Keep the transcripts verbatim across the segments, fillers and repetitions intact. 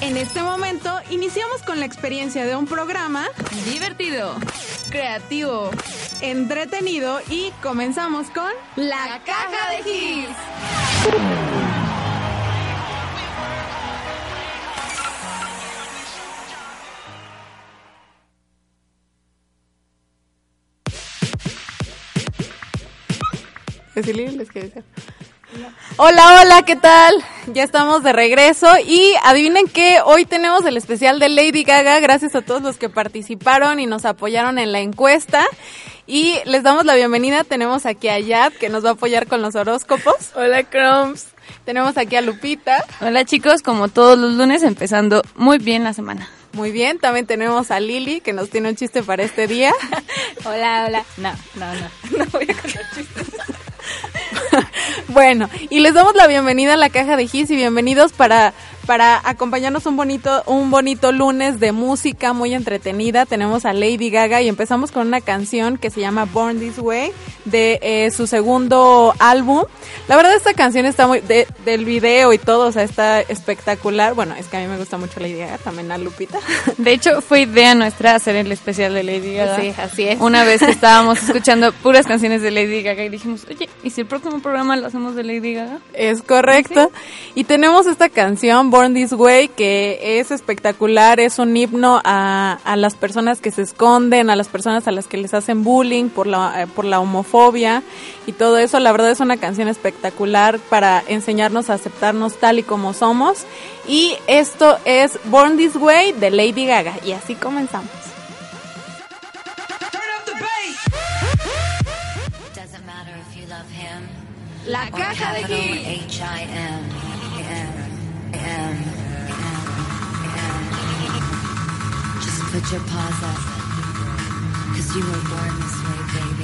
En este momento iniciamos con la experiencia de un programa divertido, creativo, entretenido y comenzamos con La Caja de Hits. Les quiero decir. Hola, hola, ¿qué tal? Ya estamos de regreso y adivinen que hoy tenemos el especial de Lady Gaga, gracias a todos los que participaron y nos apoyaron en la encuesta. Y les damos la bienvenida, tenemos aquí a Yad, que nos va a apoyar con los horóscopos. Hola, Crumbs. Tenemos aquí a Lupita. Hola, chicos, como todos los lunes, empezando muy bien la semana. Muy bien, también tenemos a Lili, que nos tiene un chiste para este día. Hola, hola. No, no, no, no voy a contar chistes. Bueno, y les damos la bienvenida a la Caja de Hits y bienvenidos para para acompañarnos un bonito un bonito lunes de música muy entretenida. Tenemos a Lady Gaga y empezamos con una canción que se llama Born This Way de eh, su segundo álbum. La verdad esta canción está muy de, del video y todo, o sea, está espectacular. Bueno, es que a mí me gusta mucho Lady Gaga, también a Lupita. De hecho, fue idea nuestra hacer el especial de Lady Gaga. Sí, así es. Una vez que estábamos escuchando puras canciones de Lady Gaga y dijimos, oye, ¿y si el próximo programa lo hacemos de Lady Gaga? Es correcto. ¿Sí? Y tenemos esta canción, Born This Way, que es espectacular, es un himno a, a las personas que se esconden, a las personas a las que les hacen bullying por la, eh, por la homofobia y todo eso. La verdad es una canción espectacular para enseñarnos a aceptarnos tal y como somos. Y esto es Born This Way de Lady Gaga. Y así comenzamos. La Caja de Hits. Just put your paws up, 'cause you were born this way, baby.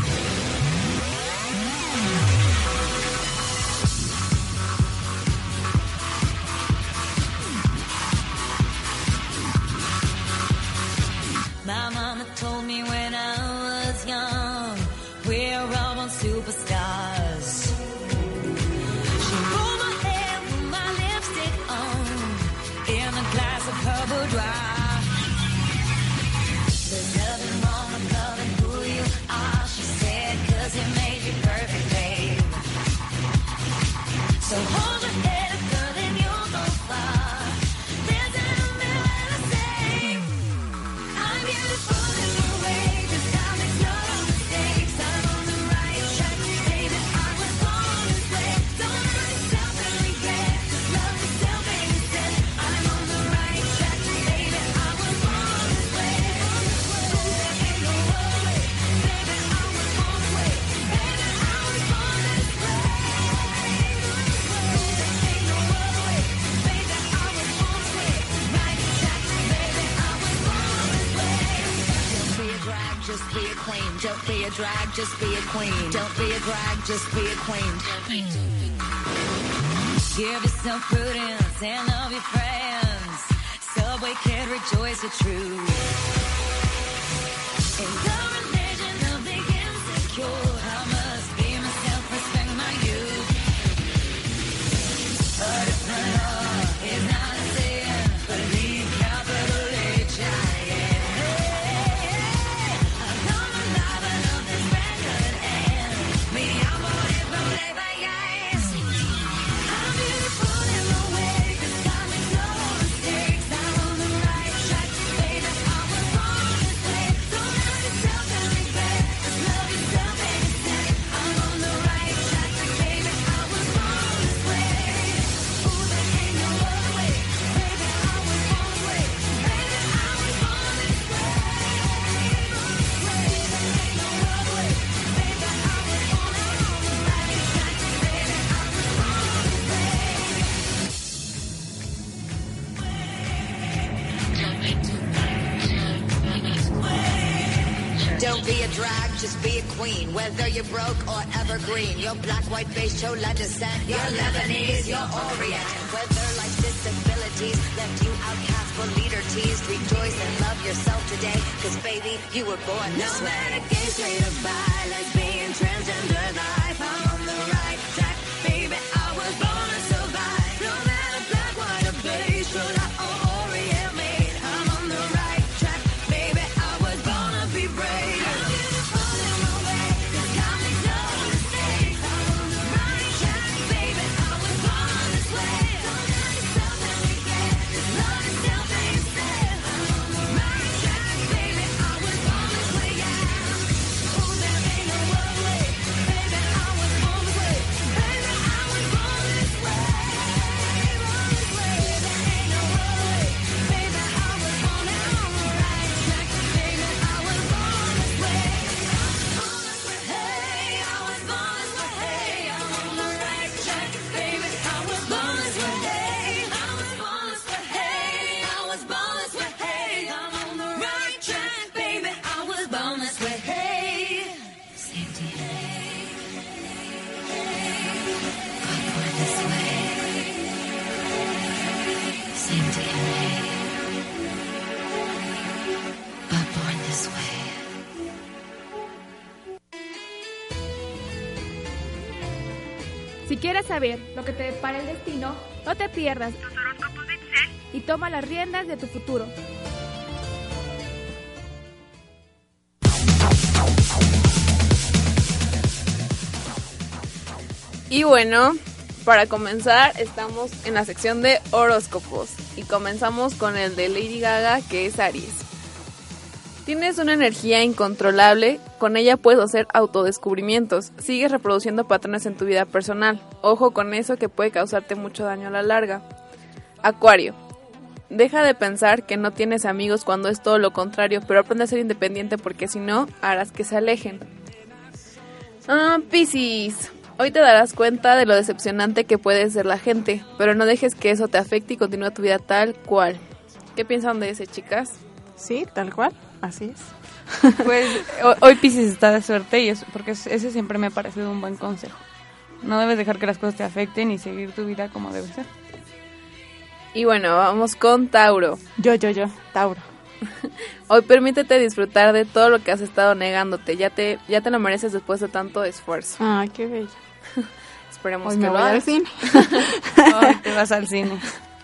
My mama told me when I was young, we're all born superstars. She rolled my hair with my lipstick on, in a glass of purple dry. There's nothing wrong with loving who you are, she said, 'cause it made you perfect, babe. So hold your head up, girl, and you'll go far. There's an umbrella to say, I'm beautiful in the way, just I make no mistakes. I'm on the right track, baby, I was born this way. Don't hurt yourself and regret, just love yourself instead. I'm on the right track, baby, I was born this way. There ain't no other way, baby, I was born this way. Baby, I was born this way. There ain't no other way, baby, I was born this way. Right track, baby, I was born this way. Don't be a drag, just be a queen. Don't be a drag, just be a queen. Don't be a drag, just be a queen. Give yourself prudence and love your friends. Subway kid, rejoice your truth. In the religion of the insecure, I must be myself, respect my youth. A different heart is not a sin, but leave capital H I N. I know my life, I love this record and me, I'm on it, but live by eyes. I'm beautiful in the way, 'cause I make no mistakes. I'm on the right track, baby, I was born this way. Don't hurt yourself and regret, just love yourself instead. I'm on the right track, baby, I was born this way. Ooh, there ain't no other way, baby, I was born this way. Baby, I was born this way. There ain't no other way, baby, I was born this way. Right track, baby, I was born this way. Don't be a drag, just be a queen. Whether you're broke or evergreen, you're black, white, beige, chola descent, you're Lebanese, you're Orient. Whether life's disabilities left you outcast for leader teased, rejoice and love yourself today, 'cause baby, you were born this way. No matter gay, straight or bi, lesbian, transgender life, I'm on the right track, baby, I was born to survive. No matter black, white or beige, chola or Si quieres saber lo que te depara el destino, no te pierdas los horóscopos de Itzel y toma las riendas de tu futuro. Y bueno, para comenzar estamos en la sección de horóscopos y comenzamos con el de Lady Gaga, que es Aries. Tienes una energía incontrolable, con ella puedes hacer autodescubrimientos, sigues reproduciendo patrones en tu vida personal, ojo con eso que puede causarte mucho daño a la larga. Acuario, deja de pensar que no tienes amigos cuando es todo lo contrario, pero aprende a ser independiente porque si no, harás que se alejen. Ah, Piscis, hoy te darás cuenta de lo decepcionante que puede ser la gente, pero no dejes que eso te afecte y continúa tu vida tal cual. ¿Qué piensan de ese, chicas? Sí, tal cual, así es. Pues ho- hoy Piscis está de suerte y eso, porque es- ese siempre me ha parecido un buen consejo. No debes dejar que las cosas te afecten y seguir tu vida como debe ser. Y bueno, vamos con Tauro. Yo, yo, yo, Tauro. Hoy permítete disfrutar de todo lo que has estado negándote, ya te, ya te lo mereces después de tanto esfuerzo. Ay, qué bello. Esperemos Hoy que me lo voy al hagas. cine. Hoy te vas al cine.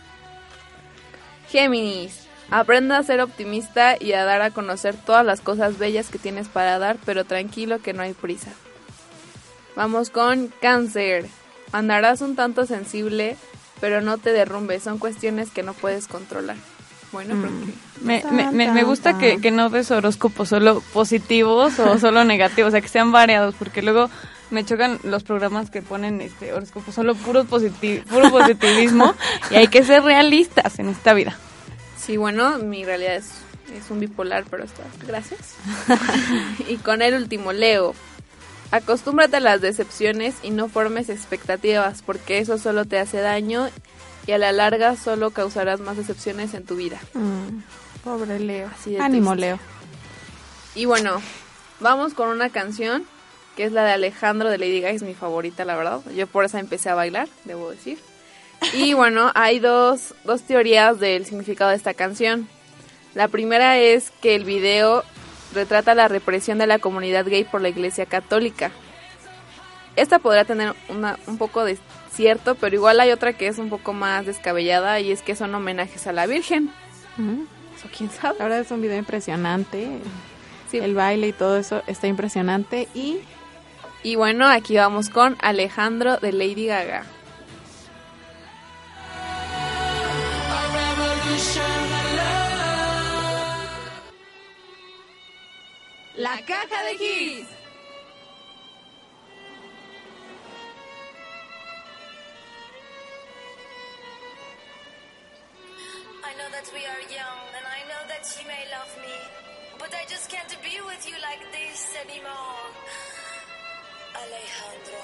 Géminis, aprenda a ser optimista y a dar a conocer todas las cosas bellas que tienes para dar, pero tranquilo que no hay prisa. Vamos con Cáncer. Andarás un tanto sensible, pero no te derrumbes, son cuestiones que no puedes controlar. Bueno, Mm. porque Me, Tan, me, me, me tan, gusta que, tan. que no des horóscopos solo positivos o solo negativos, o sea, que sean variados, porque luego me chocan los programas que ponen este horóscopos solo puro, positi- puro positivismo y hay que ser realistas en esta vida. sí, bueno, mi realidad es, es un bipolar, pero está. Gracias. Y con el último, Leo. Acostúmbrate a las decepciones y no formes expectativas, porque eso solo te hace daño y a la larga solo causarás más decepciones en tu vida. Mm, pobre Leo. Así de Ánimo, triste. Leo. Y bueno, vamos con una canción que es la de Alejandro de Lady Gaga, es mi favorita, la verdad. Yo por esa empecé a bailar, debo decir. Y bueno, hay dos, dos teorías del significado de esta canción. La primera es que el video retrata la represión de la comunidad gay por la Iglesia Católica. Esta podría tener una, un poco de cierto, pero igual hay otra que es un poco más descabellada y es que son homenajes a la Virgen. Mm. Eso quién sabe. La verdad es un video impresionante. Sí. El baile y todo eso está impresionante. Y Y bueno, aquí vamos con Alejandro de Lady Gaga. La caja de Gis. I know that we are young, and I know that you may love me, but I just can't be with you like this anymore. Alejandro.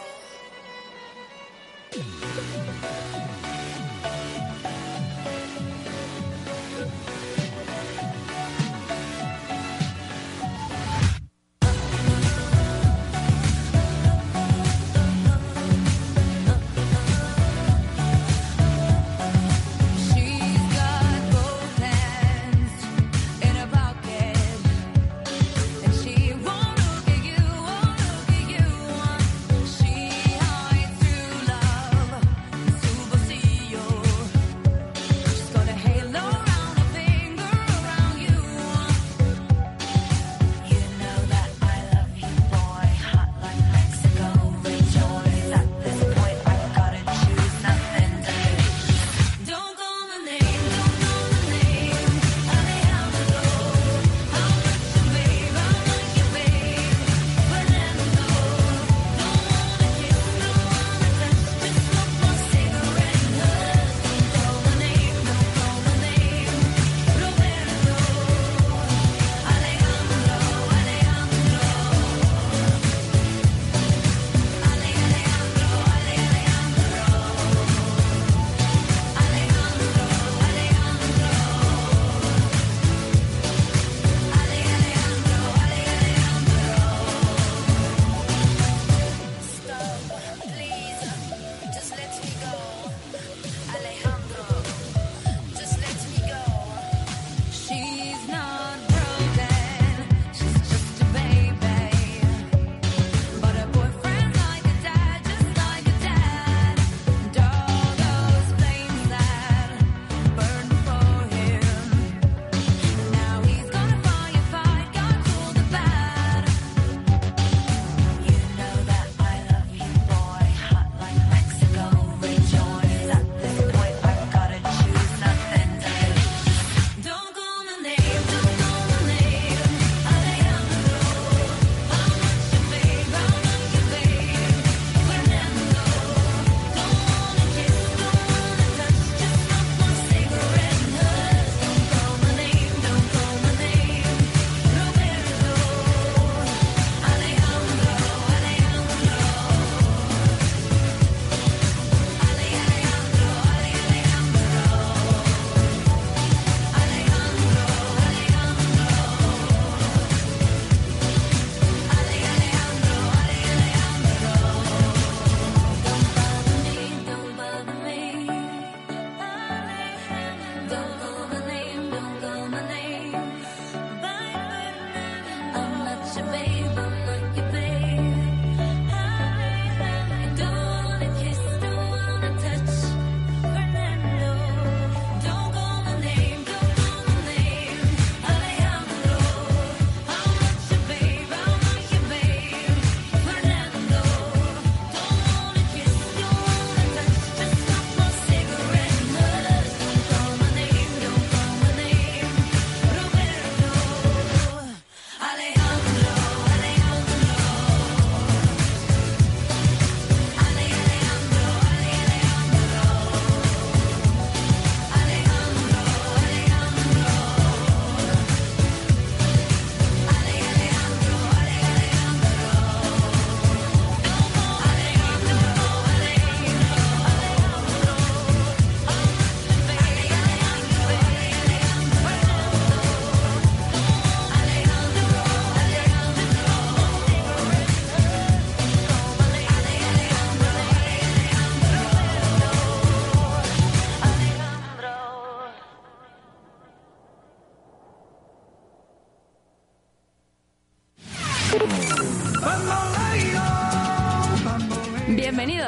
She's got both hands in a pocket, and she won't look at you, won't look at you. She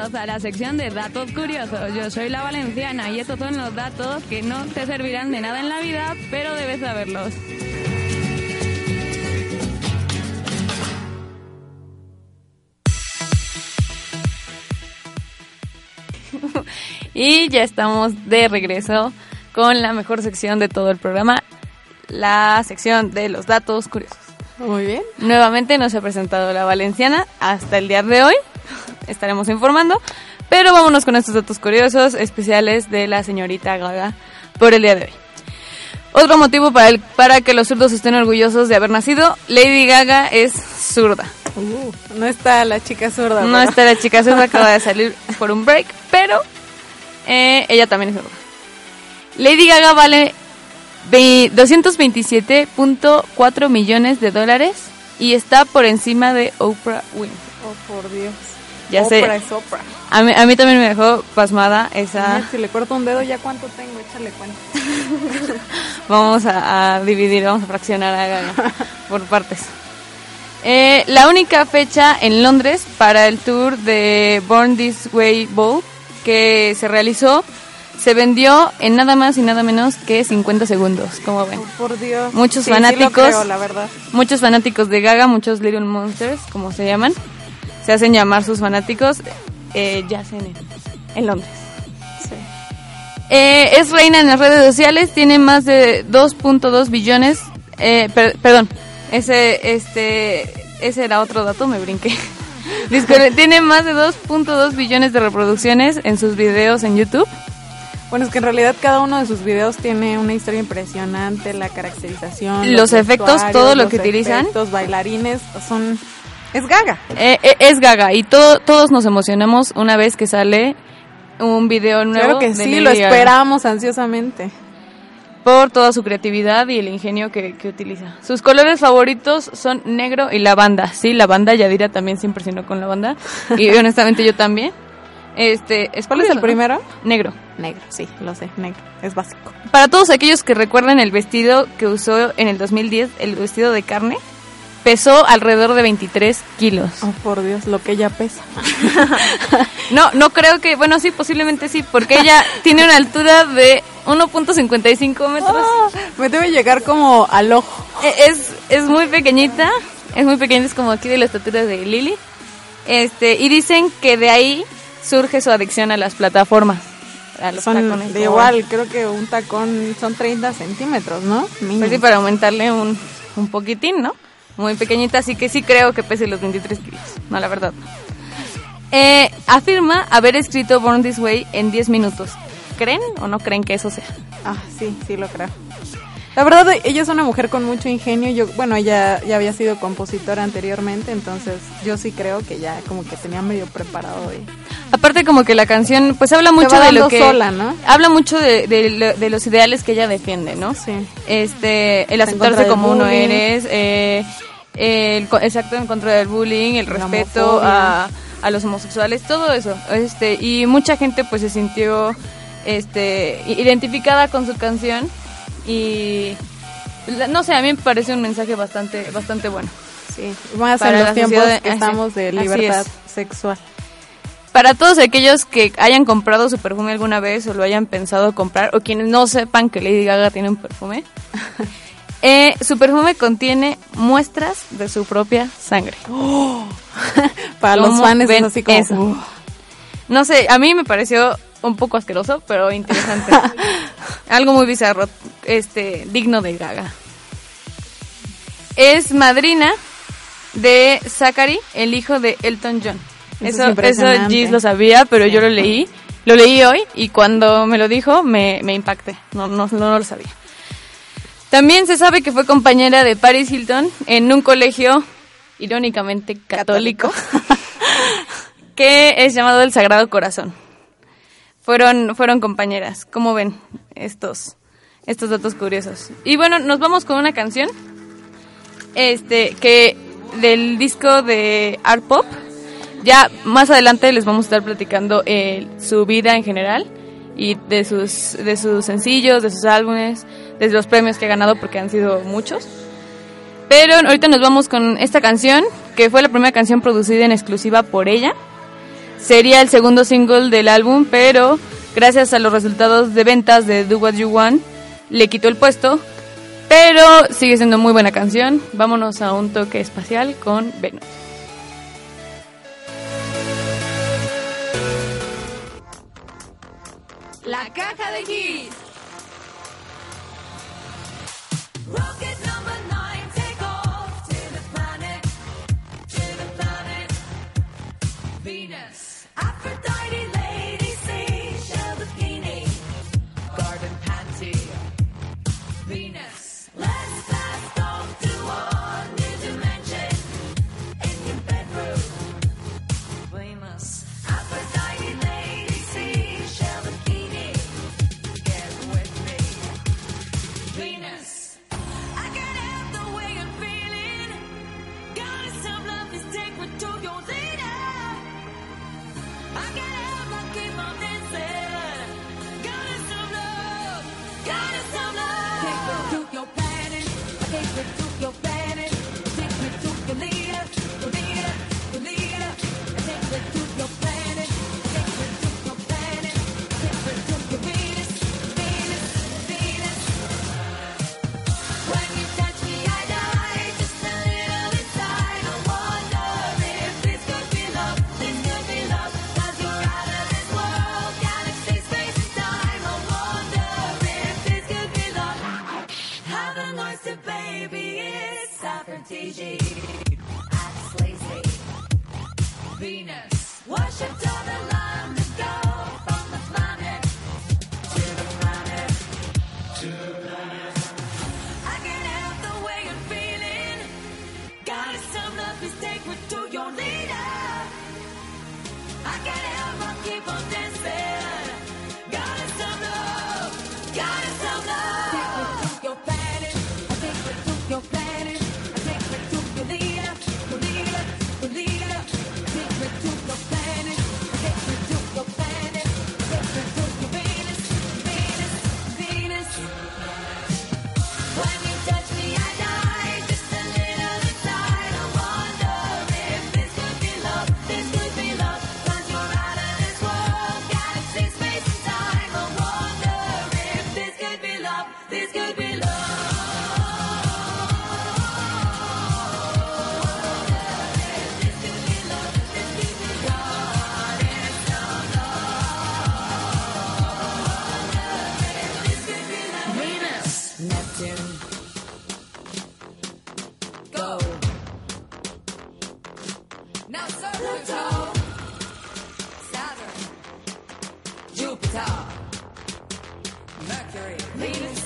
Bienvenidos a la sección de datos curiosos. Yo soy la Valenciana y estos son los datos que no te servirán de nada en la vida, pero debes saberlos. Y ya estamos de regreso con la mejor sección de todo el programa, la sección de los datos curiosos. Muy bien. Nuevamente nos ha presentado la Valenciana hasta el día de hoy. Estaremos informando, pero vámonos con estos datos curiosos especiales de la señorita Gaga por el día de hoy. Otro motivo para, el, para que los zurdos estén orgullosos de haber nacido, Lady Gaga es zurda. Uh, no está la chica zurda. No ¿verdad? está la chica zurda, acaba de salir por un break, pero eh, ella también es zurda. Lady Gaga vale doscientos veintisiete punto cuatro millones de dólares y está por encima de Oprah Winfrey. Oh, por Dios. Ya Oprah sé. es Oprah. A mí, a mí también me dejó pasmada esa. Mira, si le corto un dedo, ¿ya cuánto tengo? Échale cuenta. Vamos a, a dividir, vamos a fraccionar a Gaga por partes. Eh, la única fecha en Londres para el tour de Born This Way Bowl que se realizó se vendió en nada más y nada menos que cincuenta segundos, como ven. Oh, por Dios. Muchos Sí, sí fanáticos, lo creo, la verdad. muchos fanáticos de Gaga, muchos Little Monsters, como se llaman, se hacen llamar sus fanáticos, eh, yacen en, en Londres. Sí. Eh, es reina en las redes sociales, tiene más de dos punto dos billones, eh, per- perdón, ese, este, ese era otro dato, me brinqué. Disculpe, tiene más de dos punto dos billones de reproducciones en sus videos en YouTube. Bueno, es que en realidad cada uno de sus videos tiene una historia impresionante, la caracterización, Los efectos, vestuarios, todo lo los que utilizan. efectos, bailarines, son... Es Gaga. Eh, eh, es Gaga y todo, todos nos emocionamos una vez que sale un video nuevo. Claro que de sí, Lady lo Gaga, esperamos ansiosamente. por toda su creatividad y el ingenio que, que utiliza. Sus colores favoritos son negro y lavanda. Sí, lavanda, Yadira también se impresionó con lavanda y honestamente yo también. Este, es ¿Cuál es el ¿no? primero? Negro. Negro, sí, lo sé, negro, es básico. Para todos aquellos que recuerdan el vestido que usó en el dos mil diez, el vestido de carne, pesó alrededor de veintitrés kilos. Oh, por Dios, lo que ella pesa. No, no creo que, bueno, sí, posiblemente sí, porque ella tiene una altura de uno punto cincuenta y cinco metros. Ah, me debe llegar como al ojo. E- Es, es muy pequeñita, es muy pequeñita, es como aquí de la estatura de Lily. Este, y dicen que de ahí surge su adicción a las plataformas. A los Son tacones. de igual, creo que un tacón son treinta centímetros, ¿no? Mínimo. Pues sí, para aumentarle un, un poquitín, ¿no? Muy pequeñita, así que sí creo que pese los veintitrés kilos. No, la verdad no. Eh, afirma haber escrito Born This Way en diez minutos. ¿Creen o no creen que eso sea? Ah, sí, sí lo creo. La verdad, ella es una mujer con mucho ingenio. Yo, bueno, ella ya había sido compositora anteriormente, entonces yo sí creo que ya como que tenía medio preparado. Y... Aparte como que la canción pues habla mucho va de lo dando que sola, ¿no? habla mucho de, de, lo- de los ideales que ella defiende, ¿no? Sí. Este, el En contra aceptarse del como uno bullying. eres, eh, el, co- exacto, en contra del bullying, el La respeto homofobia. a, a los homosexuales, todo eso. Este, y mucha gente pues se sintió este i- identificada con su canción y la- no sé, a mí me parece un mensaje bastante bastante bueno. Sí, más Para en la los tiempos sociedad, que así- estamos de así libertad es. sexual. Para todos aquellos que hayan comprado su perfume alguna vez o lo hayan pensado comprar, o quienes no sepan que Lady Gaga tiene un perfume, eh, su perfume contiene muestras de su propia sangre. Para los ¿Cómo fans es ven así como... eso? "Uf". No sé, a mí me pareció un poco asqueroso, pero interesante. Algo muy bizarro, este, digno de Gaga. Es madrina de Zachary, el hijo de Elton John. Eso es Eso, eso impresionante. Gis lo sabía, pero yo lo leí, lo leí hoy y cuando me lo dijo me, me impacté. No, no, no lo sabía. También se sabe que fue compañera de Paris Hilton en un colegio irónicamente católico, que es llamado el Sagrado Corazón. Fueron, fueron compañeras. ¿Cómo ven estos, estos datos curiosos? Y bueno, nos vamos con una canción, este, que del disco de Art Pop. Ya más adelante les vamos a estar platicando eh, su vida en general y de sus, de sus sencillos, de sus álbumes, de los premios que ha ganado, porque han sido muchos. Pero ahorita nos vamos con esta canción, que fue la primera canción producida en exclusiva por ella. sería el segundo single del álbum, pero gracias a los resultados de ventas de Do What You Want, le quitó el puesto, pero sigue siendo muy buena canción. Vámonos a un toque espacial con Venus. La caja de hits. Rocket number nine, take off to the planet, to the planet Venus. Aphrodite, lady, seashell, bikini, garden panty, Venus. Let's blast off to a new dimension in your bedroom, Venus. Aphrodite, lady, seashell, bikini, get with me, Venus. I can't help the way I'm feeling. Goddess of love is take me to your leader. I can't help but keep on dancing. Goddess of love, goddess of love. Take me to your planet. Take me to your planet. Take me to your leader, your leader, your leader. Take me to your planet. Take me to your planet. Take me to your Venus, Venus, Venus. When you touch me, I die just a little inside. I wonder if this could be love, this could be love. 'Cause you're out of this world, galaxy, space, and time. I wonder if this could be love. Have a nice baby, it's Aphrodite. Act lazy, Venus. Worship to the lamb to go from the planet to the planet. I can't help the way I'm feeling. Goddess of love, please take me to your leader. I can't help but keep on dancing. Goddess of love, goddess of love. Take me to your planet. I take me to your planet. I take me to your leader, your leader, your leader. I take me to your planet. I take me to your planet. I take me to your Venus, Venus, Venus. When you touch me, I die just a little inside. I wonder if this could be love, this could be love. 'Cause you're out of this world, galaxy, space, and time. I wonder if this could be love, this could be love. This could be love, this could be goddess of love. This could be love. Venus, Neptune, go. Now Pluto, Saturn, Jupiter, Mercury, Venus,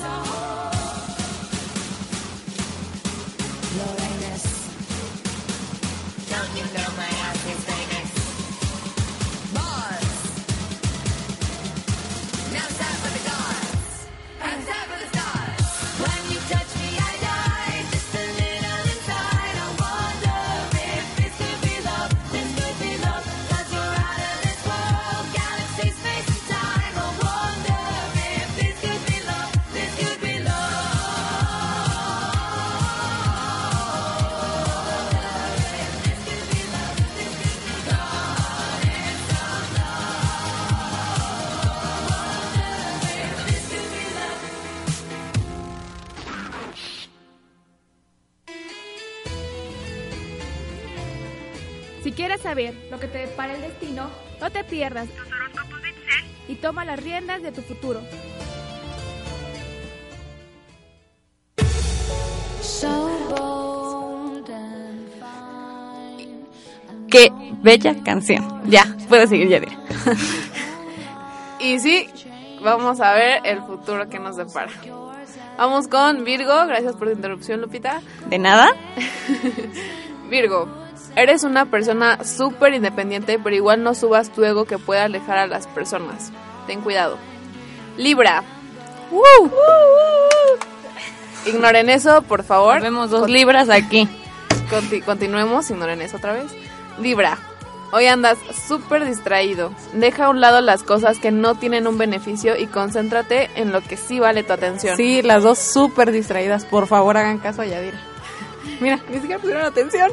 Uranus. Don't you know my ass is famous? Mars. Now it's time for the gods. And it's time for the stars. When you touch me, I die just a little inside. I wonder if this could be love, this could be love. 'Cause you're out of this world, galaxy, space, and time. I wonder if this could be love, this could be love. This could be love, this could be goddess of love. This could be love. Si quieres saber lo que te depara el destino, no te pierdas los horóscopos de Itzel y toma las riendas de tu futuro. Qué bella canción. Ya, puedo seguir, ya diré. Y sí, vamos a ver el futuro que nos depara. Vamos con Virgo. Gracias por tu interrupción, Lupita. ¿De nada? Virgo, eres una persona súper independiente, pero igual no subas tu ego que pueda alejar a las personas. Ten cuidado. Libra. ¡Woo! Ignoren eso, por favor. Vemos dos libras aquí. Conti- continuemos, ignoren eso otra vez. Libra, hoy andas súper distraído. Deja a un lado las cosas que no tienen un beneficio y concéntrate en lo que sí vale tu atención. Sí, las dos súper distraídas. Por favor, hagan caso a Yadira. Mira, ni siquiera pusieron atención.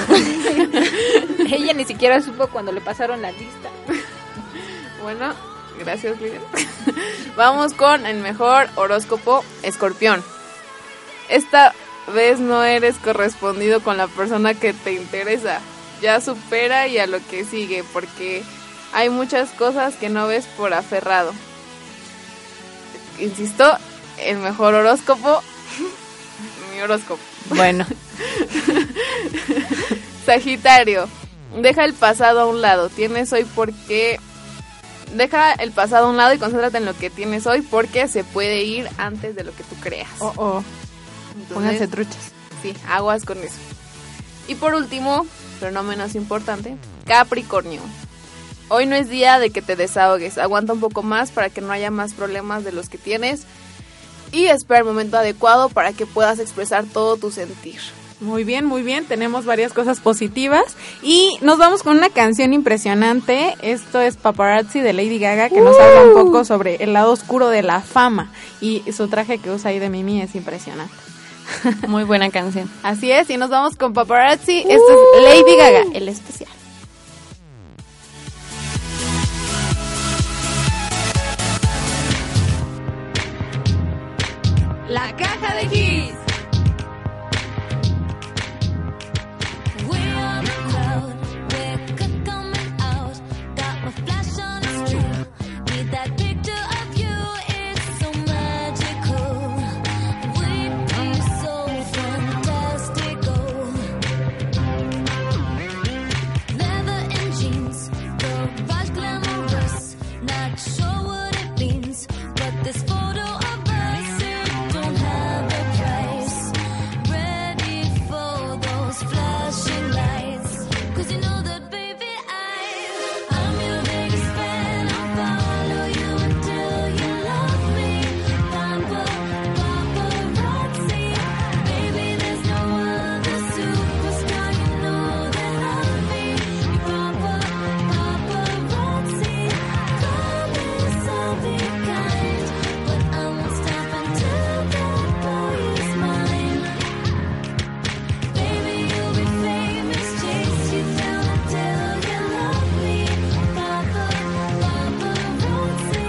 Ella ni siquiera supo cuando le pasaron la lista. Bueno, gracias, Lilian. Vamos con el mejor horóscopo, Escorpión. Esta vez no eres correspondido con la persona que te interesa. Ya supera y a lo que sigue, porque hay muchas cosas que no ves por aferrado. Insisto, el mejor horóscopo, mi horóscopo. Bueno. Sagitario, deja el pasado a un lado. Tienes hoy porque... Deja el pasado a un lado y concéntrate en lo que tienes hoy, porque se puede ir antes de lo que tú creas. Oh, oh. Entonces, Pónganse truchas. sí, aguas con eso. Y por último, pero no menos importante, Capricornio. Hoy no es día de que te desahogues. Aguanta un poco más para que no haya más problemas de los que tienes. Y espera el momento adecuado para que puedas expresar todo tu sentir. Muy bien, muy bien. Tenemos varias cosas positivas. Y nos vamos con una canción impresionante. Esto es Paparazzi de Lady Gaga, que nos Uh. habla un poco sobre el lado oscuro de la fama. Y su traje que usa ahí de Mimi es impresionante. Muy buena canción. Así es, y nos vamos con Paparazzi. Esto es Lady Gaga, el especial. La caja de hits. We are the crowd, we're c- coming out. Got my flash on the street. Need that picture of you, it's so magical. We be so fantastical. Leather and jeans, the rush glamorous. Not sure what it means, but this photo of us, it don't have a price. Ready for those flashing lights, 'cause you know that baby I, I'm your biggest fan. I'll follow you until you love me. Papa, paparazzi, baby there's no other superstar, you know that I'll be. Papa, paparazzi, promise I'll be kind, but I won't stop until that boy is mine. Baby, you'll be famous, chase you down until you love me. Papa, paparazzi.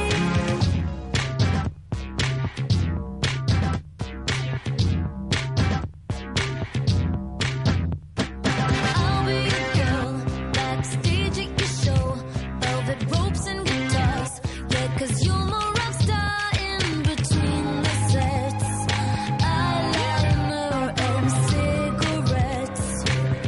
I'll be your girl, backstage at your show. Velvet ropes and guitars, yeah, 'cause you're my rock star in between the sets. Eyeliner and cigarettes.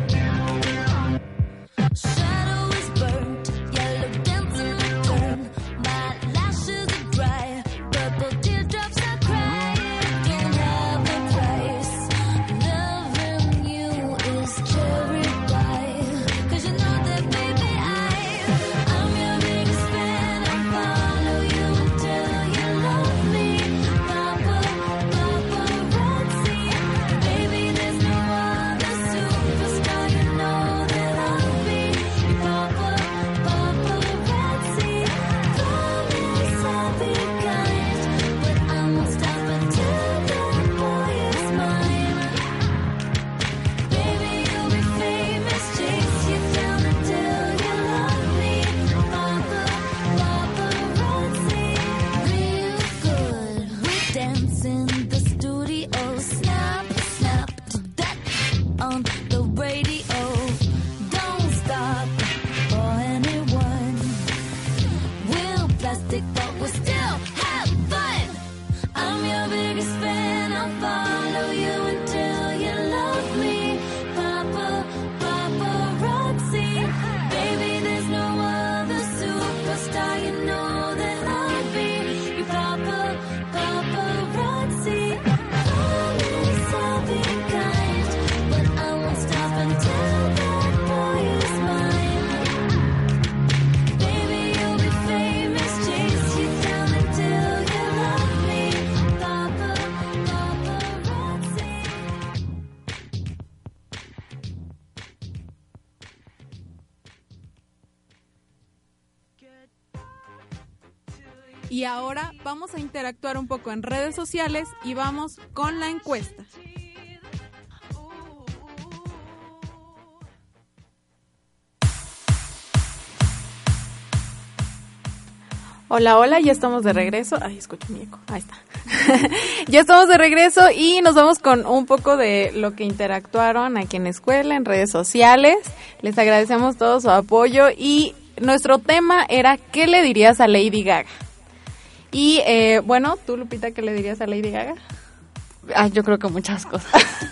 Shadow is burnt, yellow dancing return. My lashes are dry, purple teardrops I cry. It don't have a price. Loving you is cherry pie, 'cause you know that baby I, I'm your biggest fan. I'll follow you until you love me. Papa, paparazzi, baby there's no other superstar, you know that I'll be. Papa, paparazzi, promise I'll be kind, but I won't stop until that boy is mine. Baby, you'll be famous, chase you down until you love me. Papa, paparazzi, real good. We dance in the studio, snap, snap to that on the radio. Don't stop for anyone. We'll plastic, but we'll still have fun. I'm your biggest fan. I'll follow you until you love me. Papa, paparazzi, baby there's no other superstar, you know that I'll be. Your papa, paparazzi, promise I'll be kind, but I won't stop until that boy is mine. Baby, you'll be famous, chase you down until you love me. Papa, paparazzi. Y ahora vamos a interactuar un poco en redes sociales y vamos con la encuesta. Hola, hola, ya estamos de regreso. Ay, escucho mi eco. Ahí está. Ya estamos de regreso y nos vamos con un poco de lo que interactuaron aquí en la escuela, en redes sociales. Les agradecemos todo su apoyo y nuestro tema era ¿qué le dirías a Lady Gaga? Y eh, bueno, tú, Lupita, ¿qué le dirías a Lady Gaga? Ah, yo creo que muchas cosas.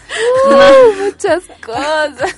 Uh, muchas cosas.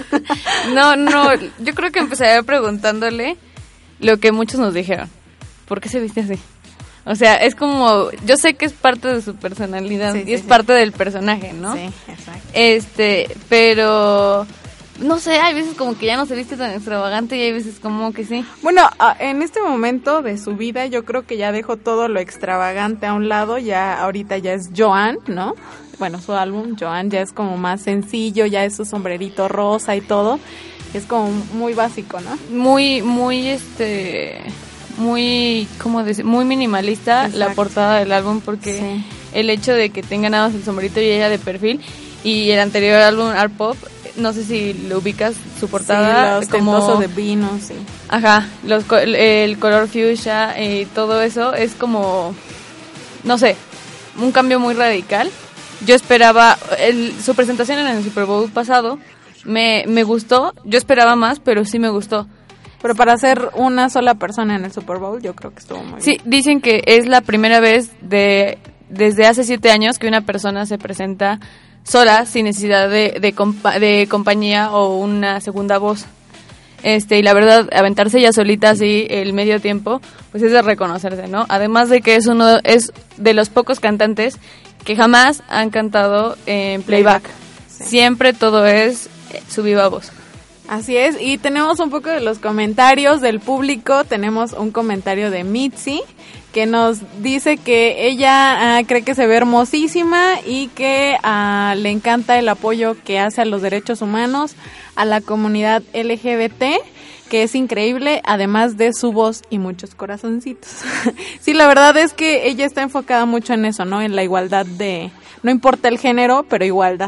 No, no, yo creo que empezaría preguntándole lo que muchos nos dijeron. ¿Por qué se viste así? O sea, es como, yo sé que es parte de su personalidad Sí, y sí, es sí. parte del personaje, ¿no? Sí, exacto. Este, pero no sé, hay veces como que ya no se viste tan extravagante y hay veces como que sí. Bueno, a- en este momento de su vida yo creo que ya dejó todo lo extravagante a un lado, ya ahorita ya es Joan, ¿no? Bueno, su álbum Joan ya es como más sencillo, ya es su sombrerito rosa y todo, es como muy básico, ¿no? Muy, muy, este, muy, ¿cómo decir? Muy minimalista la Exacto. portada del álbum porque Sí. el hecho de que tenga nada más el sombrerito y ella de perfil y el anterior álbum Art Pop, no sé si lo ubicas, su portada Sí, lo como ostentoso de vino, sí. Ajá, los, co- el, el color fuchsia y todo eso es como, no sé, un cambio muy radical. Yo esperaba, el, su presentación en el Super Bowl pasado me, me gustó, yo esperaba más, pero sí me gustó. Pero para ser una sola persona en el Super Bowl yo creo que estuvo muy Sí, bien. dicen que es la primera vez de desde hace siete años que una persona se presenta sola, sin necesidad de, de, compa- de compañía o una segunda voz. Este, y la verdad, aventarse ella solita así el medio tiempo, pues es de reconocerse, ¿no? Además de que es uno, es de los pocos cantantes que jamás han cantado en playback. Sí. Siempre todo es eh, su viva voz. Así es, y tenemos un poco de los comentarios del público. Tenemos un comentario de Mitzi que nos dice que ella ah, cree que se ve hermosísima y que ah, le encanta el apoyo que hace a los derechos humanos, a la comunidad L G B T, que es increíble, además de su voz y muchos corazoncitos. Sí, la verdad es que ella está enfocada mucho en eso, ¿no? En la igualdad de, no importa el género, pero igualdad.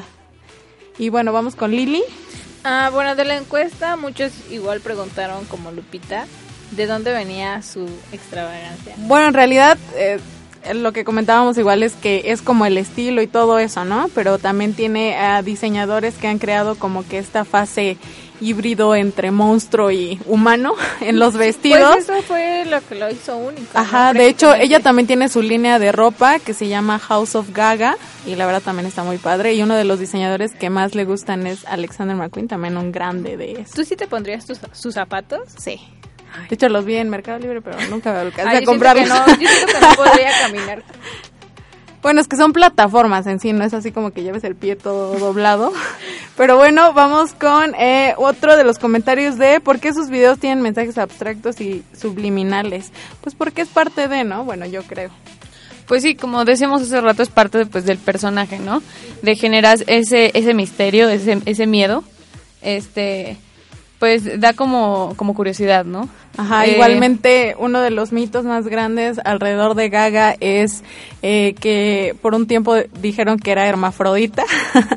Y bueno, vamos con Lili. Ah, bueno, de la encuesta muchos igual preguntaron como Lupita de dónde venía su extravagancia. Bueno, en realidad eh, lo que comentábamos igual es que es como el estilo y todo eso, ¿no? Pero también tiene a diseñadores que han creado como que esta fase híbrido entre monstruo y humano en los vestidos. Pues eso fue lo que lo hizo único. Ajá, ¿no? de hecho Prácticamente. ella también tiene su línea de ropa que se llama House of Gaga y la verdad también está muy padre y uno de los diseñadores que más le gustan es Alexander McQueen, también un grande de eso. ¿Tú sí te pondrías tus, sus zapatos? Sí. De hecho los vi en Mercado Libre, pero nunca me alcancé Ay, a yo siento comprarlos. que no, yo siento que no podría caminar. Bueno, es que son plataformas en sí, no es así como que lleves el pie todo doblado. Pero bueno, vamos con eh, otro de los comentarios de ¿por qué sus videos tienen mensajes abstractos y subliminales? Pues porque es parte de, ¿no? Bueno, yo creo. Pues sí, como decíamos hace rato, es parte pues del personaje, ¿no? De generar ese ese misterio, ese ese miedo. Este, pues da como como curiosidad, ¿no? Ajá, Eh, igualmente uno de los mitos más grandes alrededor de Gaga es eh, que por un tiempo dijeron que era hermafrodita.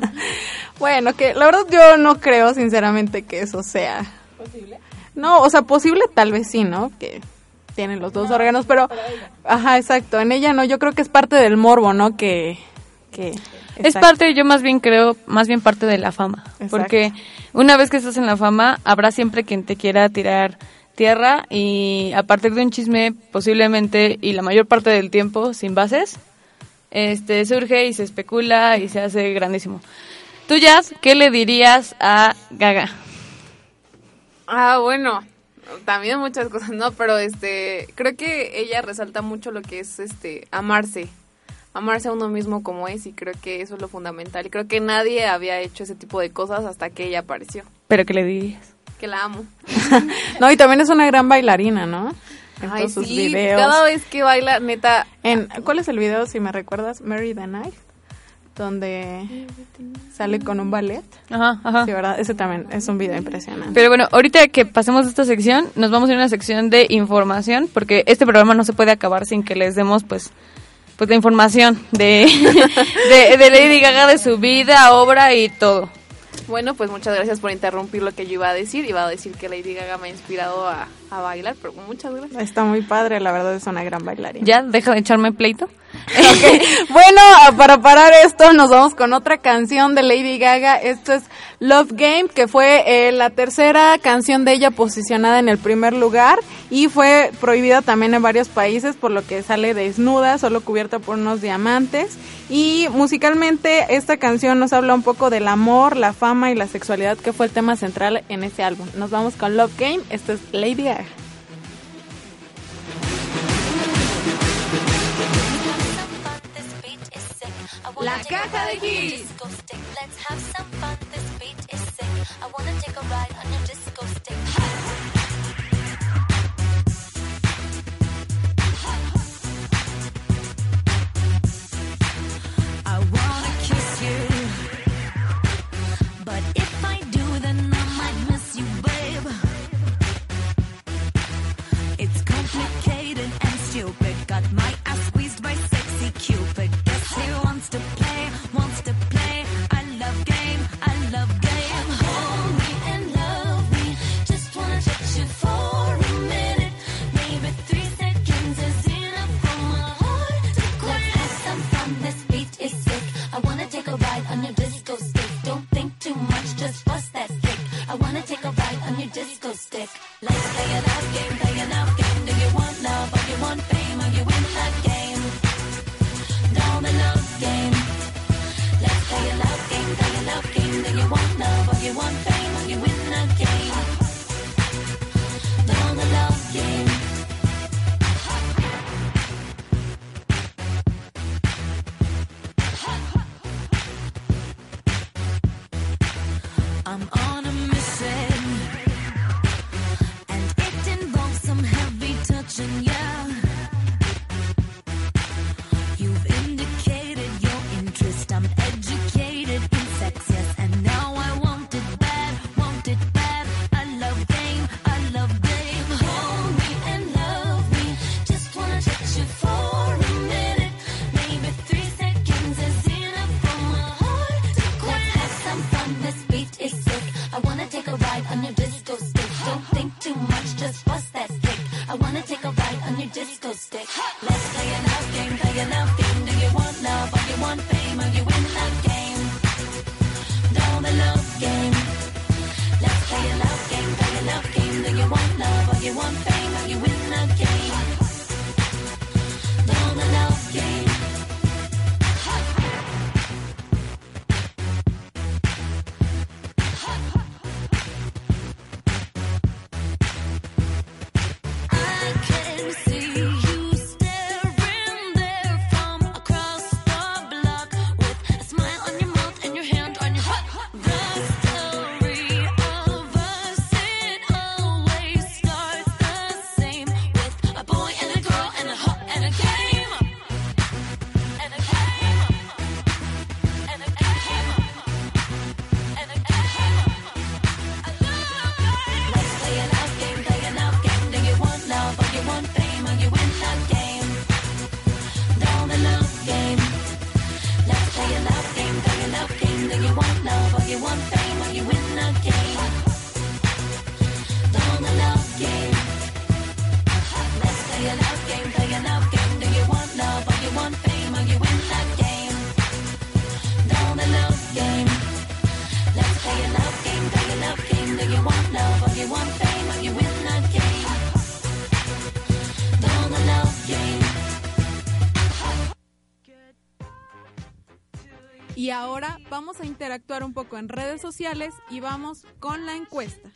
Bueno, que la verdad yo no creo sinceramente que eso sea posible. No, o sea, posible tal vez sí, ¿no? Que tienen los dos órganos, pero ajá, exacto, en ella no, yo creo que es parte del morbo, ¿no? Que que Es exacto. parte, yo más bien creo, más bien parte de la fama. Exacto. Porque una vez que estás en la fama, habrá siempre quien te quiera tirar tierra y a partir de un chisme posiblemente y la mayor parte del tiempo sin bases, este surge y se especula y se hace grandísimo. Tú, Jazz, ¿qué le dirías a Gaga? Ah, bueno, también muchas cosas, ¿no? Pero este, creo que ella resalta mucho lo que es este amarse. Amarse a uno mismo como es y creo que eso es lo fundamental. Y creo que nadie había hecho ese tipo de cosas hasta que ella apareció. ¿Pero qué le dirías? Que la amo. No, y también es una gran bailarina, ¿no? En Ay, todos sus sí, videos. cada vez que baila, neta, En, ¿cuál es el video, si me recuerdas? Mary the Night, donde sale con un ballet. Ajá, ajá. Sí, ¿verdad? Ese también es un video impresionante. Pero bueno, ahorita que pasemos de esta sección, nos vamos a ir a una sección de información, porque este programa no se puede acabar sin que les demos, pues, pues la información de, de, de Lady Gaga, de su vida, obra y todo. Bueno, pues muchas gracias por interrumpir lo que yo iba a decir. Iba a decir que Lady Gaga me ha inspirado a, a bailar, pero muchas gracias. Está muy padre, la verdad es una gran bailarina. ¿Ya? ¿Deja de echarme pleito? Ok, bueno, para parar esto nos vamos con otra canción de Lady Gaga. Esto es Love Game, que fue eh, la tercera canción de ella posicionada en el primer lugar y fue prohibida también en varios países, por lo que sale desnuda, solo cubierta por unos diamantes. Y musicalmente esta canción nos habla un poco del amor, la fama y la sexualidad, que fue el tema central en este álbum. Nos vamos con Love Game. Esto es Lady Gaga. La caja de Kiss. Let's have some fun, this beat is sick. I wanna take a ride on your disco stick. I wanna kiss you, but if I do, then I might miss you, babe. It's complicated and stupid. Got my ass squeezed by sexy Cupid. Guess he wants to play, wants to play. I love game, I love game. Hold me and love me. Just wanna touch you for a minute. Maybe three seconds is enough for my heart to quit. Let's have some fun, this beat is sick. I wanna take a ride on your disco stick. Don't think too much, just bust that stick. I wanna take a ride on your disco stick. Let's play a love game, play a love game. Do you want love or you want fame or you win that game? Down the love game. Let's play a love game, play a love game. Do you want love or you want fame or you win that game? Down the love game. I'm on a mission, and it involves some heavy touching, yeah. You've indicated your interest, I'm educated in sex, yes, and now I want it bad, want it bad. I love game, I love game. Hold me and love me, just wanna touch you for a minute. Maybe three seconds is enough for my heart to quit. Let's have some fun, this beat is sick. I wanna take a ride on your disco stick. Don't think too much, just bust that stick. I wanna take a ride on your disco stick. Let's play a love game, play a love game. Do you want love or you want fame or you win that game? Down the love game. Let's play a love game, play a love game. Do you want love or you want fame or you win that game? Down the love game. I can see you staring there from across the block with a smile on your mouth and your hand on your heart. The story of us, it always starts the same with a boy and a girl and a hot and a game. And a game. And a game. And a game. I love it. Let's play a love game, play a love game. Do you want love or you want fame or you win that game? Down the love game. Let's play a love game, play a love game. Do you want love or you want fame or you win that game? Down the love game. Let's play a love game, play a love game. Do you want love or you want fame or you win that game? Down the love game. Let's play a love game, play a love game. Do you want love or you want fame or you win that game? Down the love game. Y ahora vamos a interactuar un poco en redes sociales y vamos con la encuesta.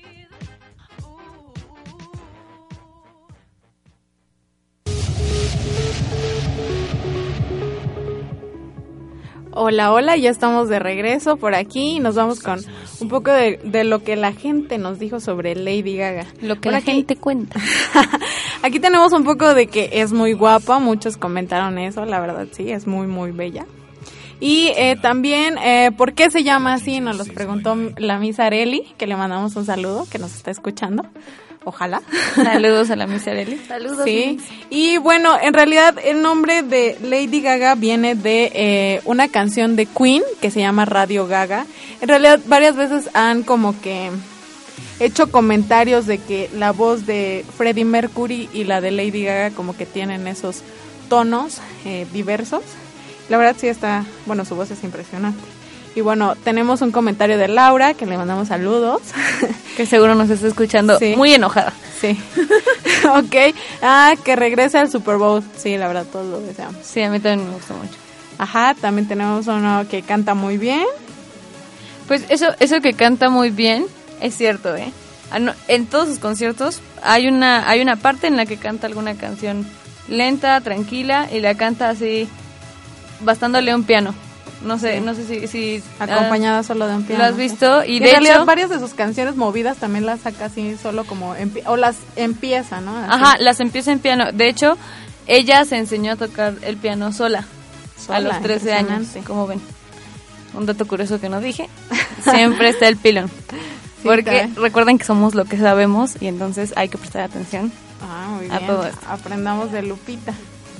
Hola, hola, ya estamos de regreso por aquí y nos vamos con un poco de, de lo que la gente nos dijo sobre Lady Gaga. Lo que Por la aquí- gente cuenta. Aquí tenemos un poco de que es muy guapa, muchos comentaron eso, la verdad sí, es muy muy bella. Y eh, también, eh, ¿por qué se llama así? Nos los preguntó la Miss Areli, que le mandamos un saludo, que nos está escuchando. Ojalá. Saludos a la Miss Areli. Saludos. Sí, Miss. y bueno, en realidad el nombre de Lady Gaga viene de eh, una canción de Queen que se llama Radio Gaga. En realidad varias veces han como que hecho comentarios de que la voz de Freddie Mercury y la de Lady Gaga como que tienen esos tonos eh, diversos. La verdad sí está, bueno, su voz es impresionante. Y bueno, tenemos un comentario de Laura, que le mandamos saludos. Que seguro nos está escuchando Sí. muy enojada. Sí. Ok. Ah, que regrese al Super Bowl. Sí, la verdad, todos lo deseamos. Sí, a mí también me gustó mucho. Ajá, también tenemos uno que canta muy bien. Pues eso, eso que canta muy bien es cierto, ¿eh? Ah, no, en todos sus conciertos hay una, hay una parte en la que canta alguna canción lenta, tranquila, y la canta así, bastándole un piano. No sé, Sí. no sé si... si Acompañada solo de un piano. ¿Lo has visto? Y Y de en realidad hecho- varias de sus canciones movidas también las saca así solo como... empie- o las empieza, ¿no? Así. Ajá, las empieza en piano. De hecho, ella se enseñó a tocar el piano sola, Sola, a los trece años, impresionante. como ven. Un dato curioso que no dije. Siempre está el pilón. Porque también. recuerden que somos lo que sabemos y entonces hay que prestar atención. Ah, muy a bien. todo esto. Aprendamos de Lupita.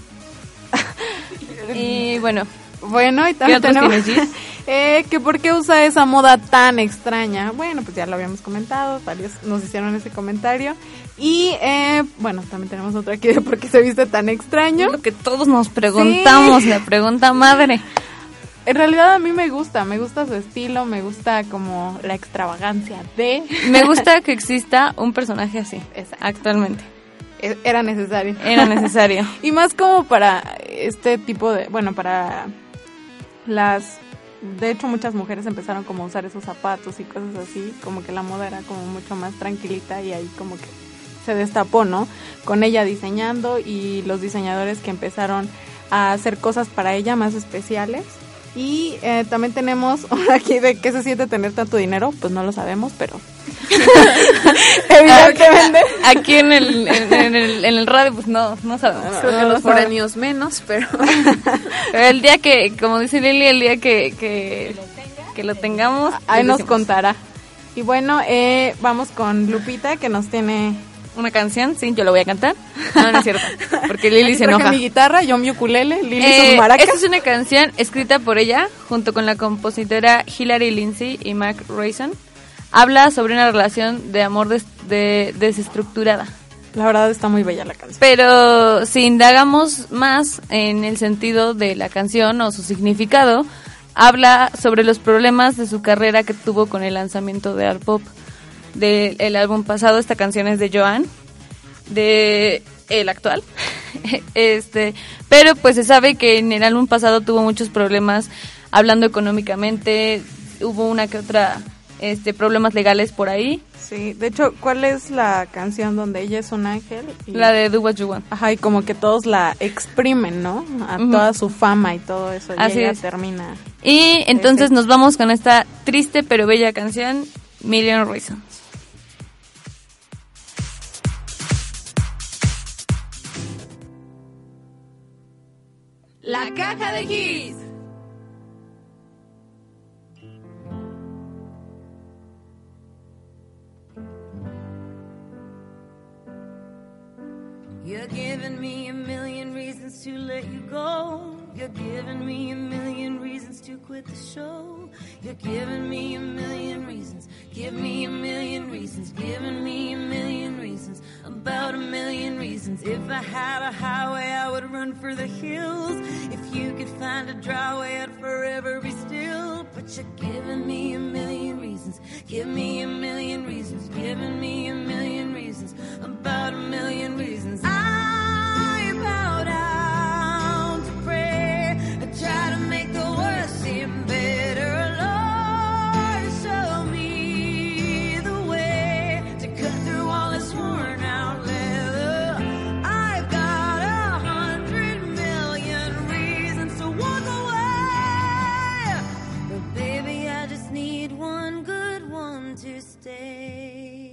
Y bueno, Bueno, y también ¿Qué otros tenemos tienes, Gis? eh, que por qué usa esa moda tan extraña. Bueno, pues ya lo habíamos comentado, varios nos hicieron ese comentario. Y eh, bueno, también tenemos otro aquí de por qué se viste tan extraño. es lo que todos nos preguntamos, la pregunta madre. En realidad a mí me gusta, me gusta su estilo, me gusta como la extravagancia de... Me gusta que exista un personaje así, Exacto. actualmente. E- Era necesario. Era necesario. Y más como para este tipo de, bueno, para las, de hecho muchas mujeres empezaron como a usar esos zapatos y cosas así, como que la moda era como mucho más tranquilita y ahí como que se destapó, ¿no? Con ella diseñando y los diseñadores que empezaron a hacer cosas para ella más especiales. Y eh, también tenemos aquí de qué se siente tener tanto dinero, pues no lo sabemos, pero evidentemente Aquí en el, en, en el, en el radio, pues no, no sabemos. Creo que no lo los sabe. foráneos menos, pero Pero el día que, como dice Lili, el día que, que, que lo tengamos, ahí les nos decimos. contará. Y bueno, eh, vamos con Lupita que nos tiene... Una canción, sí, yo lo voy a cantar. No, no es cierto, porque Lili Aquí se traje enoja. mi guitarra, yo mi ukulele, Lili Eh, sus maracas. esta es una canción escrita por ella, junto con la compositora Hilary Lindsey y Mac Rayson. Habla sobre una relación de amor des- de- desestructurada. La verdad está muy bella la canción. Pero si indagamos más en el sentido de la canción o su significado, habla sobre los problemas de su carrera que tuvo con el lanzamiento de Art Pop. Del álbum pasado, esta canción es de Joan, de el actual. este Pero pues se sabe que en el álbum pasado tuvo muchos problemas hablando económicamente, hubo una que otra este problemas legales por ahí. Sí, de hecho, ¿cuál es la canción donde ella es un ángel? Y- La de Do What You Want. Ajá, y como que todos la exprimen, ¿no? A Ujú. toda su fama y todo eso. Y Así ella es. termina. Y entonces Sí, sí. nos vamos con esta triste pero bella canción, Million Reasons. La caja de Gis. You're giving me a million reasons to let you go. You're giving me a million reasons to quit the show. You're giving me a million reasons. Give me a million reasons. Giving me a million reasons. About a million reasons. If I had a highway, I would run for the hills. If you could find a dry way, I'd forever be still. But you're giving me a million reasons. Give me a million reasons. Giving me a million reasons. About a million reasons. I bow down to pray. I try to make the worst seem better. Lord, show me the way to cut through all this worn out leather. I've got a hundred million reasons to walk away. But baby, I just need one good one to stay.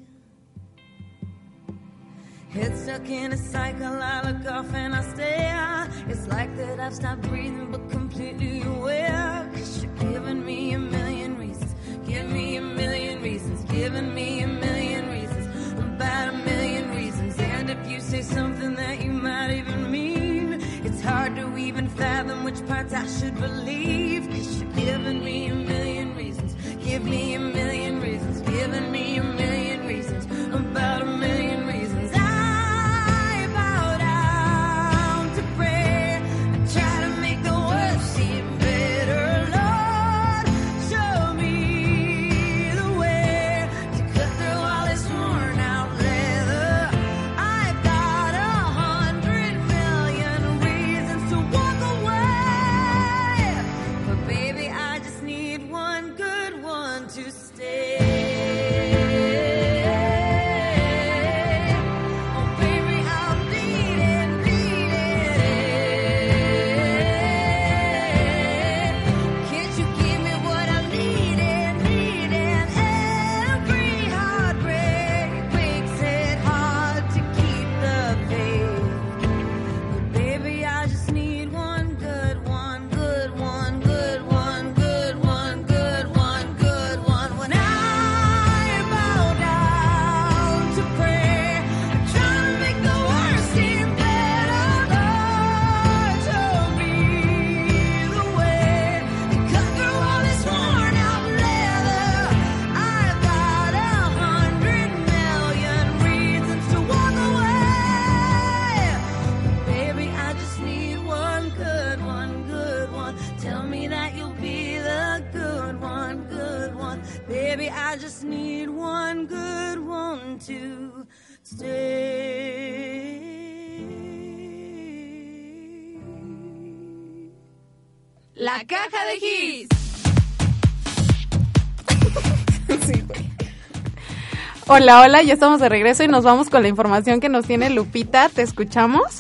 Head stuck in a cycle, I look off and I stare. It's like that I've stopped breathing but completely treat you well, 'cause you're giving me a million reasons. Give me a million reasons. Giving me a million reasons. About a million reasons. And if you say something that you might even mean, it's hard to even fathom which parts I should believe. 'Cause you're giving me a million reasons. Give me a million reasons. Giving me a million reasons. About a million reasons. I bow down to pray. I try to make the worst seem better. Lord, show me the way to cut through all this worn out leather. I've got a hundred million reasons to walk away, but baby, I just need one good one to stay. Oh baby, I'm bleeding, bleeding. Can't you give me what I'm needing, needing? Every heartbreak makes it hard to keep the faith. But baby, I just need one good one, good one, good one, good one, good one, good one. When I bow down to pray, I try to make the worst seem better. Lord, show me the way to cut through all this worn out leather. I've got a hundred million reasons to walk away. Baby, I just need one good one, good one. Tell me that you'll be the good one, good one. Baby, I just need one good one to stay. La caja de hits. Hola, hola, ya estamos de regreso y nos vamos con la información que nos tiene Lupita. ¿Te escuchamos?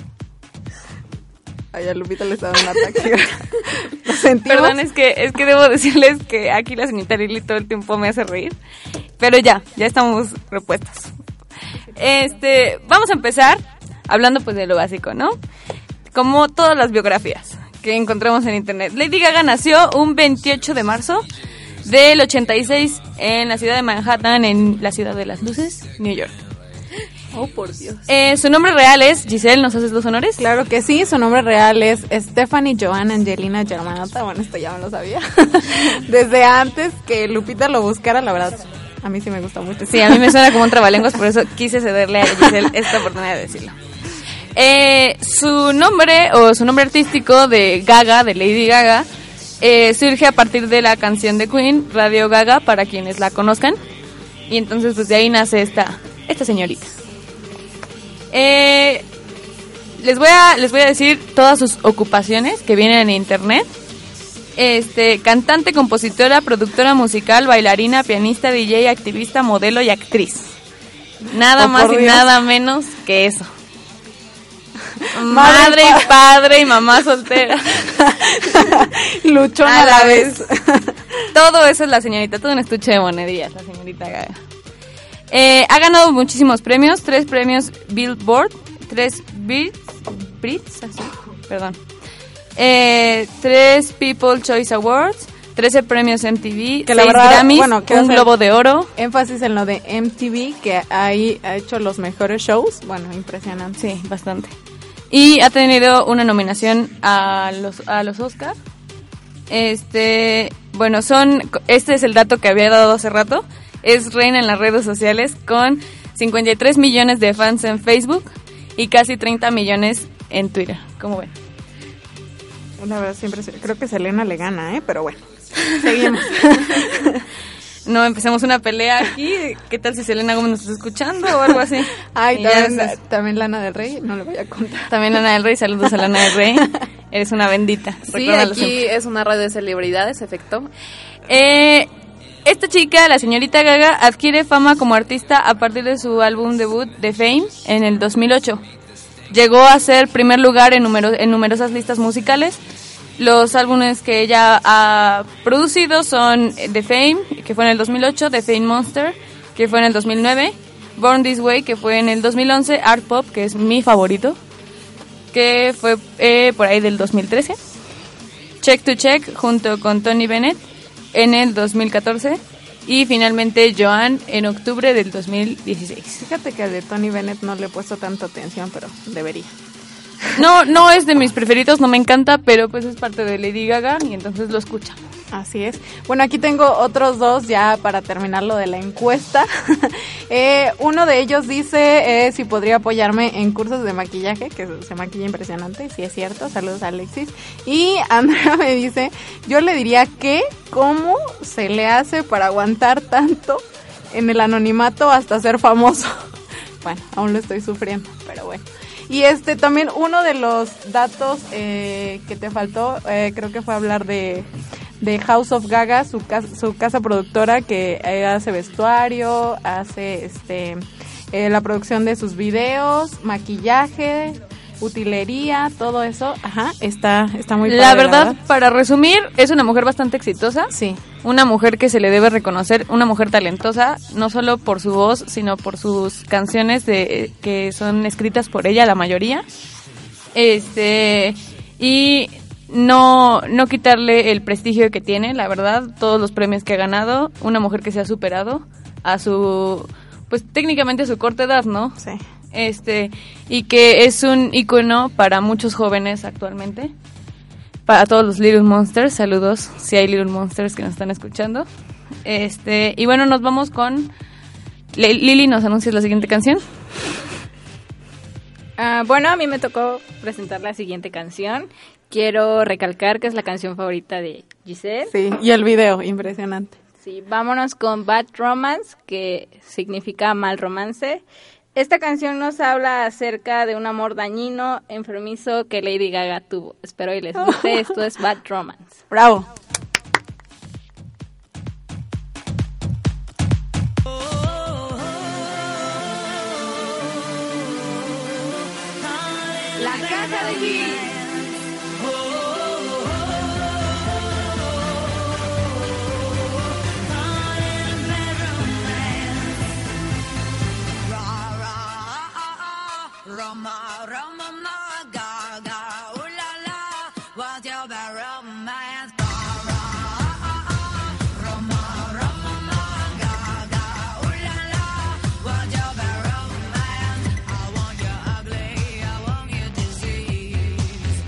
Ay, a Lupita le está dando un ataque. Lo sentimos. Perdón, es que, es que debo decirles que aquí la señorita Lili todo el tiempo me hace reír. Pero ya, ya estamos repuestos. Este, vamos a empezar hablando pues de lo básico, ¿no? Como todas las biografías que encontramos en internet. Lady Gaga nació un veintiocho de marzo del ochenta y seis en la ciudad de Manhattan, en la ciudad de las luces, New York. Oh, por Dios. Eh, su nombre real es Giselle, ¿nos haces los honores? Claro que sí, su nombre real es Stephanie Joanne Angelina Germanotta. Bueno, esto ya me lo sabía. Desde antes que Lupita lo buscara, la verdad, a mí sí me gusta mucho. Sí, a mí me suena como un trabalenguas, por eso quise cederle a Giselle esta oportunidad de decirlo. Eh, su nombre, o su nombre artístico de Gaga, de Lady Gaga, eh, surge a partir de la canción de Queen, Radio Gaga, para quienes la conozcan. Y entonces pues de ahí nace esta, esta señorita. Eh, les voy a les voy a decir todas sus ocupaciones que vienen en internet. Este, cantante, compositora, productora musical, bailarina, pianista, D J, activista, modelo y actriz. Nada Oh, más por y Dios. nada menos que eso. Madre Madre y y padre y mamá soltera. Luchona A a la la vez. Todo eso es la señorita, todo un estuche de monedillas, la señorita Gaga. Eh, ha ganado muchísimos premios, tres premios Billboard, tres Brits, Brits, así, perdón, eh, tres People Choice Awards, trece premios M T V, Que la seis verdad, Grammys, bueno, quiero un hacer- Globo de Oro. Énfasis en lo de M T V, que ahí ha hecho los mejores shows. Bueno, impresionante. Sí, bastante. Y ha tenido una nominación a los a los Oscar. Este, bueno, son este es el dato que había dado hace rato. Es reina en las redes sociales con cincuenta y tres millones de fans en Facebook y casi treinta millones en Twitter. ¿Cómo ven? La verdad, siempre se- creo que Selena le gana, ¿eh? Pero bueno, seguimos. No empecemos una pelea aquí. ¿Qué tal si Selena Gómez nos está escuchando o algo así? Ay, Y ya también, es- también Lana del Rey, no le voy a contar. también Lana del Rey, saludos a Lana del Rey. Eres una bendita. Sí, Recuérdalo aquí siempre. es una red de celebridades, efecto. Eh, esta chica, la señorita Gaga, adquiere fama como artista a partir de su álbum debut The Fame en el dos mil ocho. Llegó a ser primer lugar en, numero- en numerosas listas musicales. Los álbumes que ella ha producido son The Fame, que fue en el dos mil ocho, The Fame Monster, que fue en el dos mil nueve, Born This Way, que fue en el dos mil once, Art Pop, que es mi favorito, que fue eh, por ahí del dos mil trece. Check to Check junto con Tony Bennett en el dos mil catorce y finalmente Joan en octubre del dos mil dieciséis. Fíjate que al de Tony Bennett no le he puesto tanta atención, pero debería. No, no es de mis preferidos, no me encanta, pero pues es parte de Lady Gaga y entonces lo escuchamos. Así es. Bueno, aquí tengo otros dos ya para terminar lo de la encuesta. eh, uno de ellos dice eh, si podría apoyarme en cursos de maquillaje, que se maquilla impresionante, sí es cierto. Saludos a Alexis. Y Andrea me dice, yo le diría que cómo se le hace para aguantar tanto en el anonimato hasta ser famoso. Bueno, aún lo estoy sufriendo, pero bueno. Y este también uno de los datos eh, que te faltó, eh, creo que fue hablar de, de House of Gaga, su casa, su casa productora que eh, hace vestuario, hace este eh, la producción de sus videos, maquillaje, utilería, todo eso. Ajá, está, está muy padre, La verdad, la verdad, para resumir, es una mujer bastante exitosa. Sí. Una mujer que se le debe reconocer, una mujer talentosa, no solo por su voz, sino por sus canciones de que son escritas por ella, la mayoría. Este, y no no quitarle el prestigio que tiene, la verdad, todos los premios que ha ganado, una mujer que se ha superado a su, pues técnicamente a su corta edad, ¿no? Sí. Este, y que es un ícono para muchos jóvenes actualmente. Para todos los Little Monsters, saludos si hay Little Monsters que nos están escuchando. Este, y bueno, nos vamos con Le- Lili, ¿nos anuncias la siguiente canción? Ah, bueno, a mí me tocó presentar la siguiente canción. Quiero recalcar que es la canción favorita de Giselle. Sí, y el video, impresionante. Sí, vámonos con Bad Romance, que significa mal romance. Esta canción nos habla acerca de un amor dañino, enfermizo que Lady Gaga tuvo. Espero y les guste. Esto es Bad Romance. Bravo. La caja de Gil. Roma, Roma, ma, Gaga, ooh la la, what's your bad romance? Roma, Roma, ma, Gaga, ooh la la, what's your bad romance? I want you ugly, I want you disease.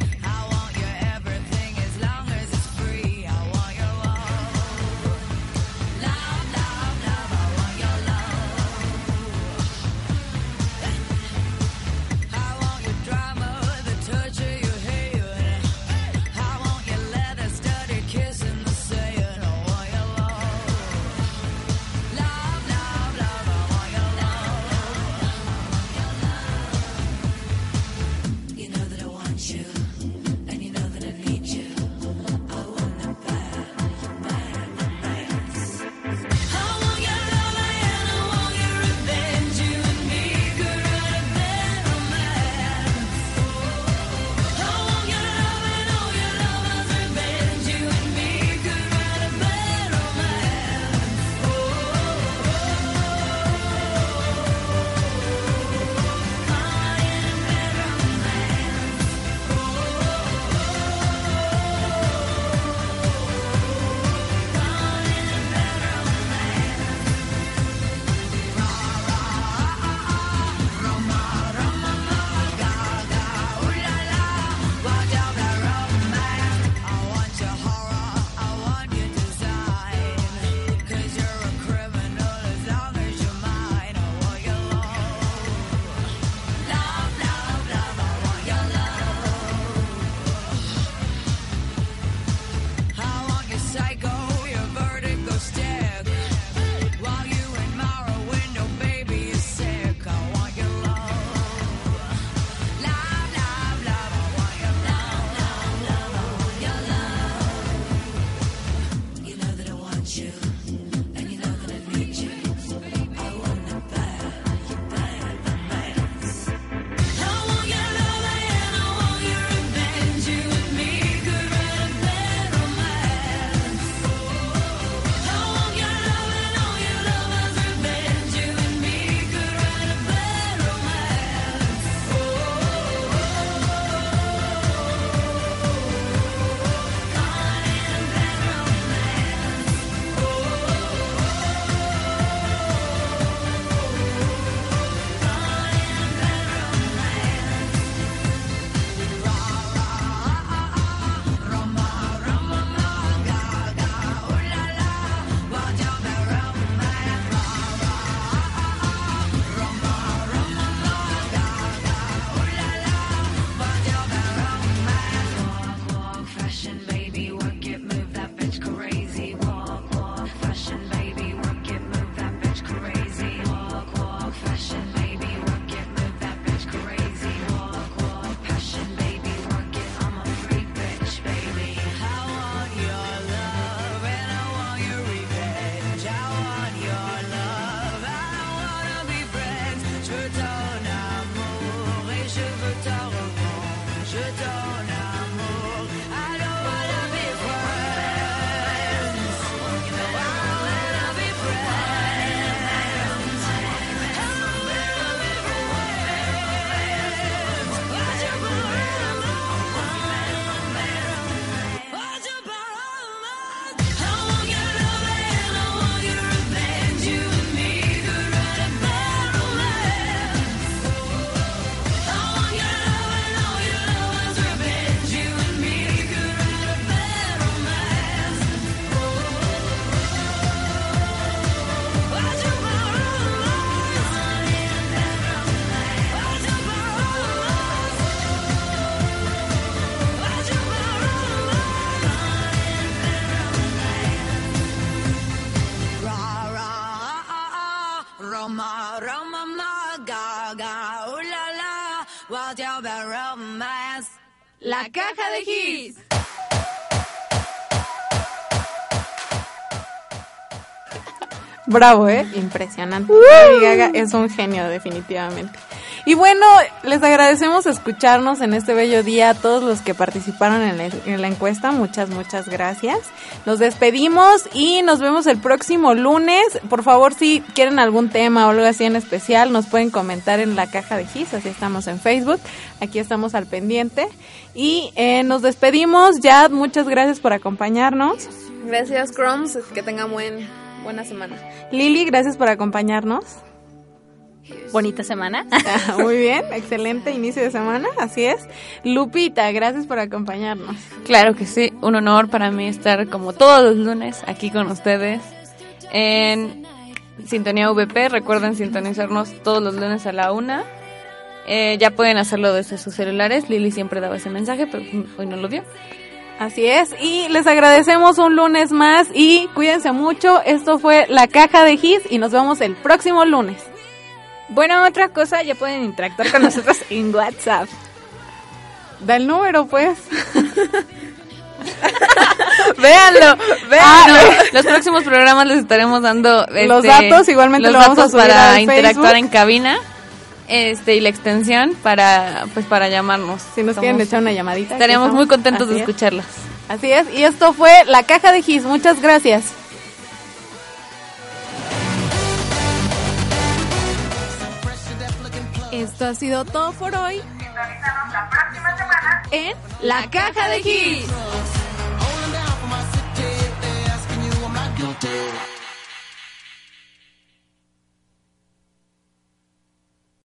je donne amour. I don't wanna be friends. I wanna be friends. I wanna be friends. Would you borrow Would you borrow I want your love and I want your revenge. You and me could write a bad romance. I want your love and all your love's revenge. You and me could write a bad romance. Would you borrow Would you Roma, Roma, ma, gaga, ooh la la, what's your bad romance? La caja de hits. Bravo, ¿eh? Impresionante. Lady Gaga es un genio, definitivamente. Y bueno, les agradecemos escucharnos en este bello día a todos los que participaron en la, en la encuesta. Muchas, muchas gracias. Nos despedimos y nos vemos el próximo lunes. Por favor, si quieren algún tema o algo así en especial, nos pueden comentar en la caja de Hits. Así estamos en Facebook. Aquí estamos al pendiente. Y eh, nos despedimos. Jad, muchas gracias por acompañarnos. Gracias, Crumbs. Que tengan buen, buena semana. Lili, gracias por acompañarnos. Bonita semana. Ah, muy bien, excelente inicio de semana, así es. Lupita, gracias por acompañarnos. Claro que sí, un honor para mí estar como todos los lunes aquí con ustedes en Sintonía V P. Recuerden sintonizarnos todos los lunes a la una. Eh, ya pueden hacerlo desde sus celulares. Lili siempre daba ese mensaje, pero hoy no lo dio. Así es, y les agradecemos un lunes más y cuídense mucho. Esto fue La Caja de Hits y nos vemos el próximo lunes. Bueno, otra cosa, ya pueden interactuar con nosotros en WhatsApp. Da el número, pues. Véanlo, véanlo. Ah, los próximos programas les estaremos dando este, los datos, igualmente los lo vamos datos a subir para al interactuar Facebook. en cabina. Este y la extensión para pues para llamarnos. Si nos Somos, quieren echar una llamadita. Estaríamos muy contentos Así de es. escucharlos. Así es, y esto fue La Caja de Hits. Muchas gracias. Esto ha sido todo por hoy. Sintonízanos la próxima semana En La Caja de Hits. Holding down for my city, they're asking you, I'm not guilty.